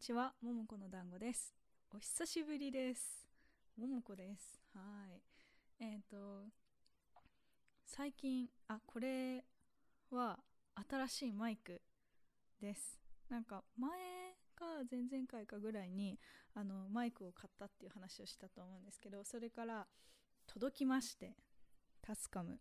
ちは、ももこの団子です。お久しぶりです。ももこです。はい。最近、これは新しいマイクです。なんか前か前々回かぐらいにマイクを買ったっていう話をしたと思うんですけど、それから届きまして、タスカム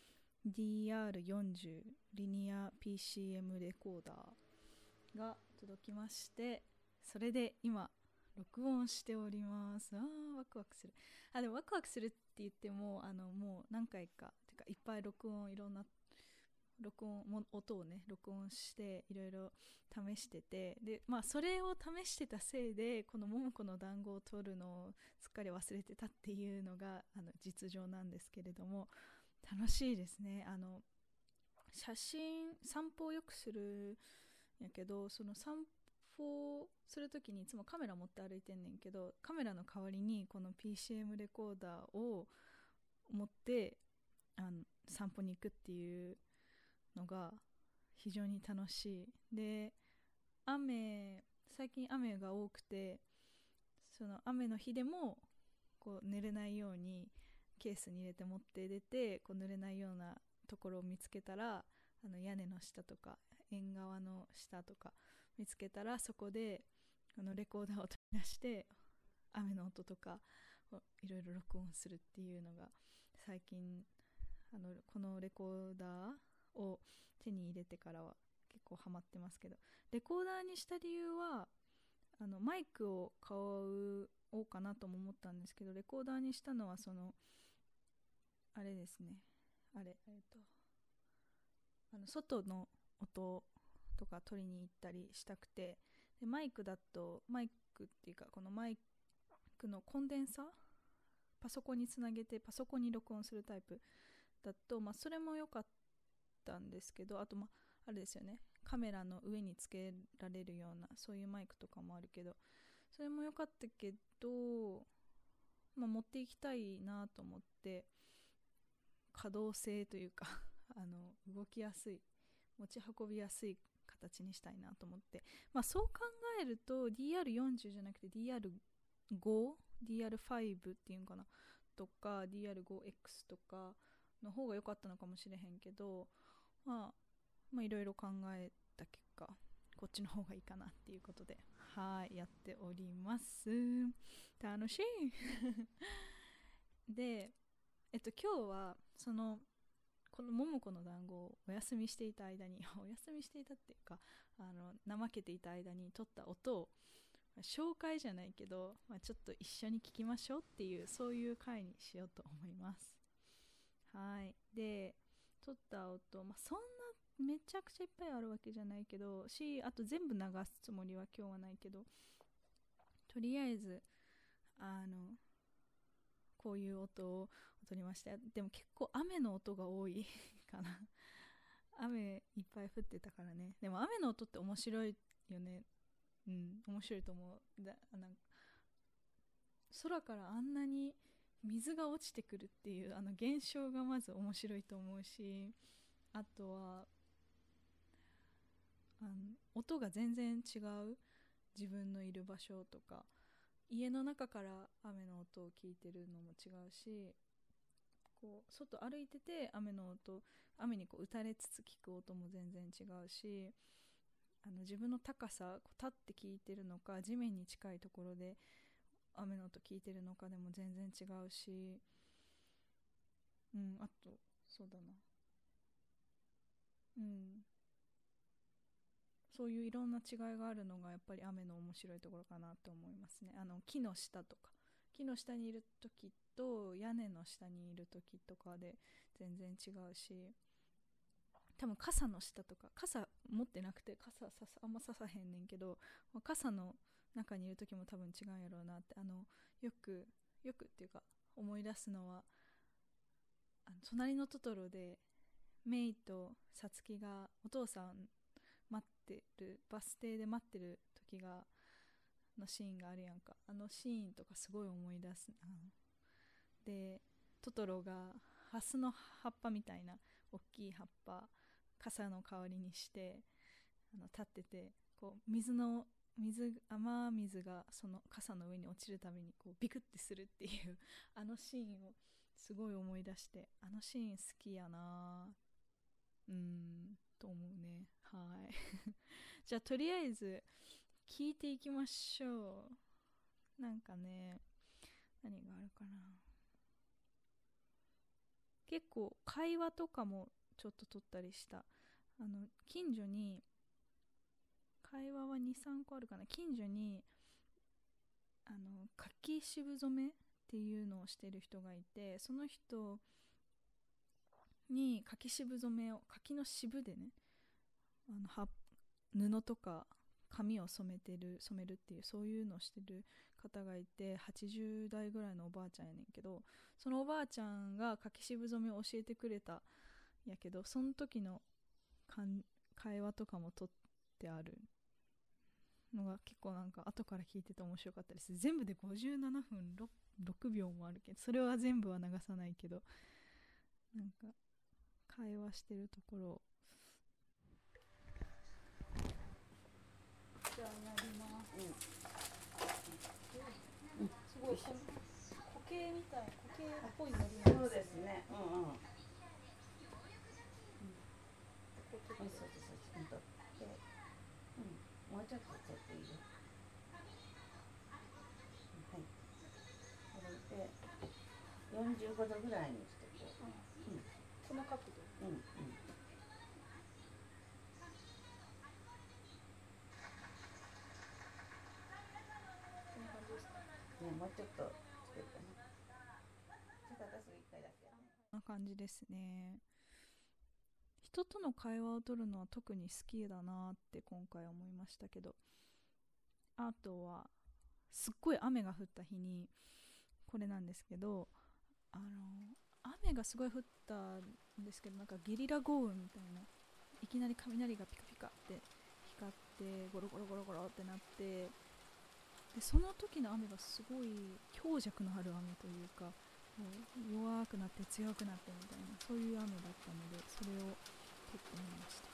DR40 リニア PCM レコーダーが届きまして、それで今録音しております。ワクワクする。でもワクワクするって言ってももう何回かてかいっぱいいろんな録音も音をね録音していろいろ試してて、でそれを試してたせいでこのももこの団子を撮るのをすっかり忘れてたっていうのが実情なんですけれども、楽しいですね。散歩をよくするんやけど、その散歩するときにいつもカメラ持って歩いてんねんけど、カメラの代わりにこの PCM レコーダーを持って散歩に行くっていうのが非常に楽しい。で、最近雨が多くて、その雨の日でもこう濡れないようにケースに入れて持って出て、こう濡れないようなところを見つけたら、屋根の下とか縁側の下とか見つけたら、そこでレコーダーを取り出して雨の音とかをいろいろ録音するっていうのが最近このレコーダーを手に入れてからは結構ハマってますけど、レコーダーにした理由はマイクを買おうかなとも思ったんですけど、レコーダーにしたのはあれですね、あれ外の音とか取りに行ったりしたくて、でマイクっていうか、このマイクのコンデンサー、パソコンにつなげてパソコンに録音するタイプだと、それも良かったんですけど、あとあれですよね、カメラの上につけられるようなそういうマイクとかもあるけど、それも良かったけど、持っていきたいなと思って、可動性というか動きやすい、持ち運びやすい形にしたいなと思って、そう考えると DR40 じゃなくて DR5、DR5 っていうのかなとか DR5X とかの方が良かったのかもしれへんけど、いろいろ考えた結果こっちの方がいいかなっていうことで、やっております。楽しいで、今日はこの桃子の団子をお休みしていた間にお休みしていたっていうか怠けていた間に撮った音を紹介じゃないけど、ちょっと一緒に聞きましょうっていう、そういう回にしようと思います。で、撮った音、そんなめちゃくちゃいっぱいあるわけじゃないけどあと全部流すつもりは今日はないけど、とりあえずこういう音を撮りました。でも結構雨の音が多いかな。雨いっぱい降ってたからね。でも雨の音って面白いよね。面白いと思う。空からあんなに水が落ちてくるっていう現象がまず面白いと思うし、あとは音が全然違う、自分のいる場所とか家の中から雨の音を聞いてるのも違うし、こう外歩いてて雨にこう打たれつつ聞く音も全然違うし、自分の高さ、立って聞いてるのか地面に近いところで雨の音聞いてるのかでも全然違うし、あとそうだな、そういういろんな違いがあるのがやっぱり雨の面白いところかなと思いますね。木の下とか、木の下にいる時と屋根の下にいる時とかで全然違うし、多分傘の下とか、傘持ってなくてあんまささへんねんけど、傘の中にいる時も多分違うんやろうなって、よくっていうか思い出すのは、隣のトトロでメイとサツキがお父さんバス停で待ってる時のシーンがあるやんか。あのシーンとかすごい思い出すな。で、トトロがハスの葉っぱみたいな大きい葉っぱ、傘の代わりにして立ってて、こう水の雨水がその傘の上に落ちるたびにこうビクってするっていうあのシーンをすごい思い出して、あのシーン好きやなと思うね。はいじゃあとりあえず聞いていきましょう。なんかね、何があるかな。結構会話とかもちょっと撮ったりした。近所に会話は2、3個あるかな。近所に柿渋染めっていうのをしてる人がいて、その人に柿渋染めを、柿の渋でね、布とか髪を染めるっていう、そういうのをしてる方がいて、80代ぐらいのおばあちゃんやねんけど、そのおばあちゃんが柿渋染めを教えてくれたんやけど、その時の会話とかも撮ってあるのが結構なんか後から聞いてて面白かったりする。全部で57分 6秒もあるけど、それは全部は流さないけど、なんか会話してるところを、じゃあやります。すごい固形みたい、固形っぽいのりなんですね。 そうですね。もうちょっと取っていいよ。はい。これで45度ぐらいにしてこう。 この角度。こんな感じですかね。もうちょっとつけてね。ちょっと私1回だけやね。 こんな感じですね。人との会話を取るのは特に好きだなって今回思いましたけど、あとはすっごい雨が降った日に、これなんですけど、雨がすごい降ったんですけど、なんかゲリラ豪雨みたいな、いきなり雷がピカピカって光ってゴロゴロゴロゴロってなって、でその時の雨がすごい強弱のある雨というか、もう弱くなって強くなってみたいな、そういう雨だったので、それを撮ってみました。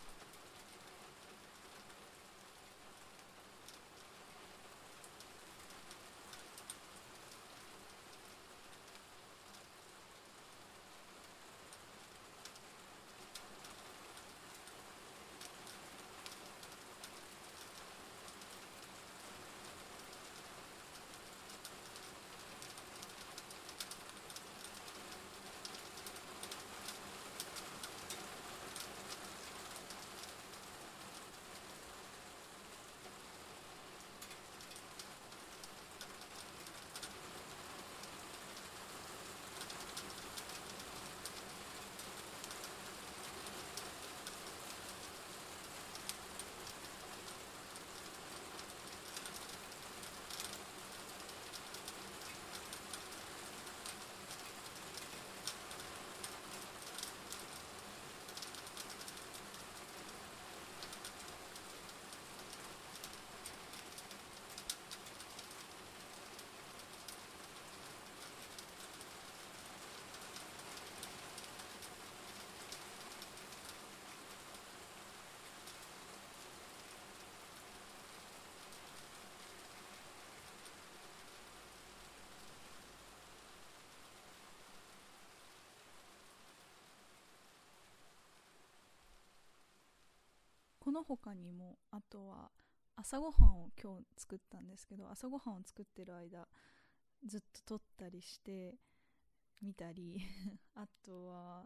この他にも、あとは朝ごはんを今日作ったんですけど、朝ごはんを作ってる間ずっと撮ったりしてみたりあとは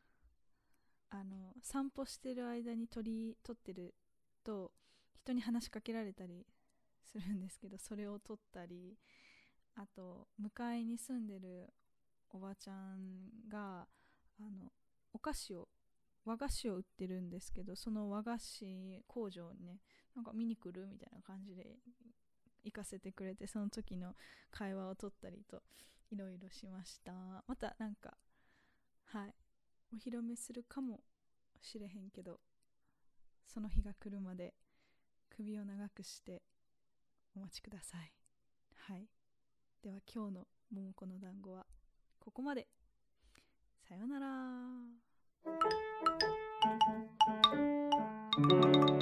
散歩してる間に撮ってると人に話しかけられたりするんですけど、それを撮ったり、あと向かいに住んでるおばちゃんがお菓子を和菓子を売ってるんですけど、その和菓子工場にね、なんか見に来るみたいな感じで行かせてくれて、その時の会話を取ったりといろいろしました。またなんか、はい、お披露目するかもしれへんけど、その日が来るまで首を長くしてお待ちください。はい、では今日の桃子の団子はここまで。さようなら。